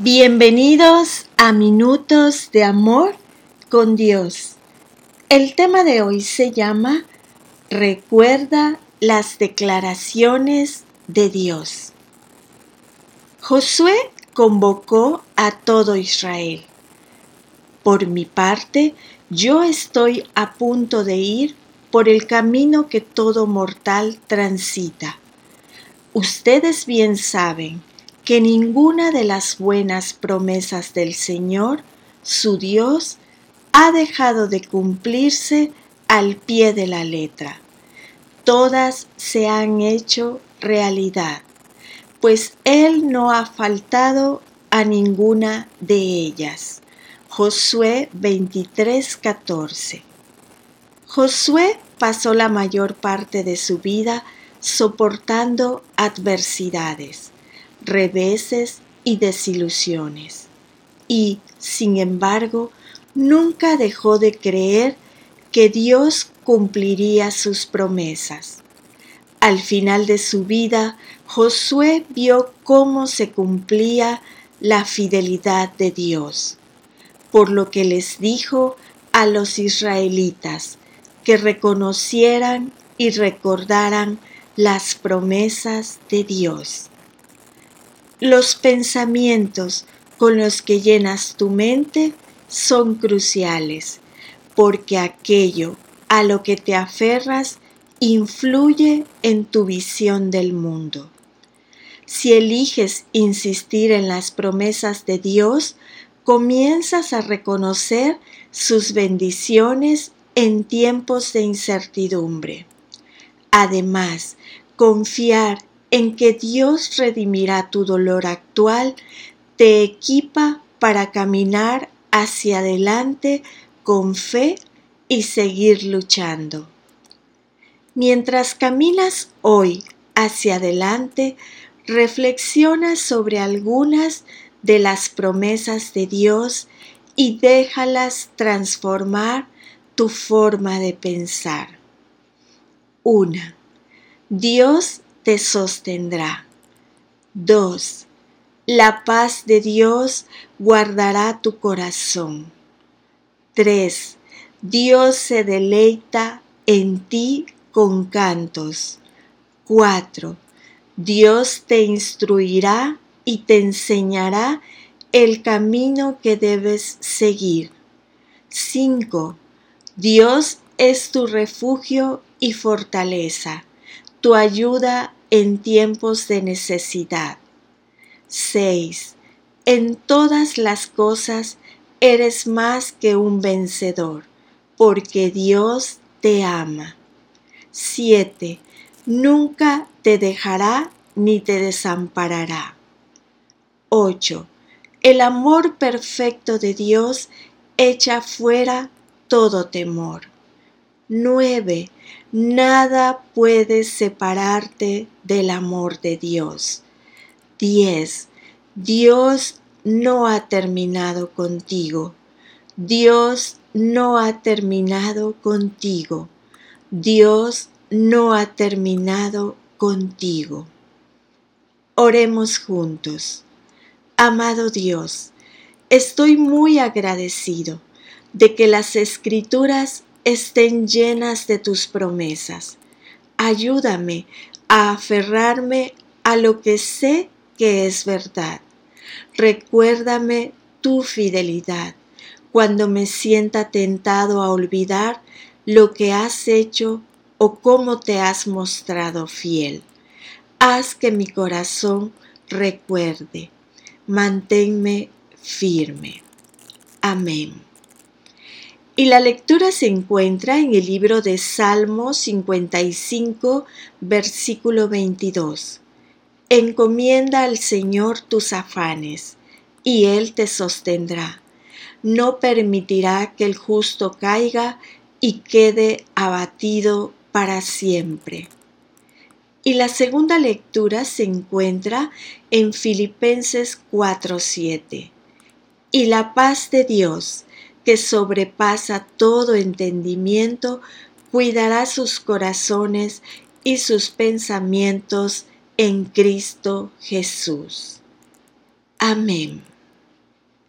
Bienvenidos a Minutos de Amor con Dios. El tema de hoy se llama Recuerda las declaraciones de Dios. Josué convocó a todo Israel. Por mi parte, yo estoy a punto de ir por el camino que todo mortal transita. Ustedes bien saben que ninguna de las buenas promesas del Señor, su Dios, ha dejado de cumplirse al pie de la letra. Todas se han hecho realidad, pues Él no ha faltado a ninguna de ellas. Josué 23:14. Josué pasó la mayor parte de su vida soportando adversidades, reveses y desilusiones. Y, sin embargo, nunca dejó de creer que Dios cumpliría sus promesas. Al final de su vida, Josué vio cómo se cumplía la fidelidad de Dios, por lo que les dijo a los israelitas que reconocieran y recordaran las promesas de Dios. Los pensamientos con los que llenas tu mente son cruciales, porque aquello a lo que te aferras influye en tu visión del mundo. Si eliges insistir en las promesas de Dios, comienzas a reconocer sus bendiciones en tiempos de incertidumbre. Además, confiar en que Dios redimirá tu dolor actual te equipa para caminar hacia adelante con fe y seguir luchando. Mientras caminas hoy hacia adelante, reflexiona sobre algunas de las promesas de Dios y déjalas transformar tu forma de pensar. 1. Dios te sostendrá. 2. La paz de Dios guardará tu corazón. 3. Dios se deleita en ti con cantos. 4. Dios te instruirá y te enseñará el camino que debes seguir. 5. Dios es tu refugio y fortaleza, tu ayuda en tiempos de necesidad. 6. En todas las cosas eres más que un vencedor, porque Dios te ama. 7. Nunca te dejará ni te desamparará. 8. El amor perfecto de Dios echa fuera todo temor. 9. Nada puede separarte del amor de Dios. 10. Dios no ha terminado contigo. Dios no ha terminado contigo. Dios no ha terminado contigo. Oremos juntos. Amado Dios, estoy muy agradecido de que las Escrituras estén llenas de tus promesas. Ayúdame a aferrarme a lo que sé que es verdad. Recuérdame tu fidelidad cuando me sienta tentado a olvidar lo que has hecho o cómo te has mostrado fiel. Haz que mi corazón recuerde. Manténme firme. Amén. Y la lectura se encuentra en el libro de Salmo 55, versículo 22. Encomienda al Señor tus afanes, y Él te sostendrá. No permitirá que el justo caiga y quede abatido para siempre. Y la segunda lectura se encuentra en Filipenses 4:7. Y la paz de Dios, que sobrepasa todo entendimiento, cuidará sus corazones y sus pensamientos en Cristo Jesús. Amén.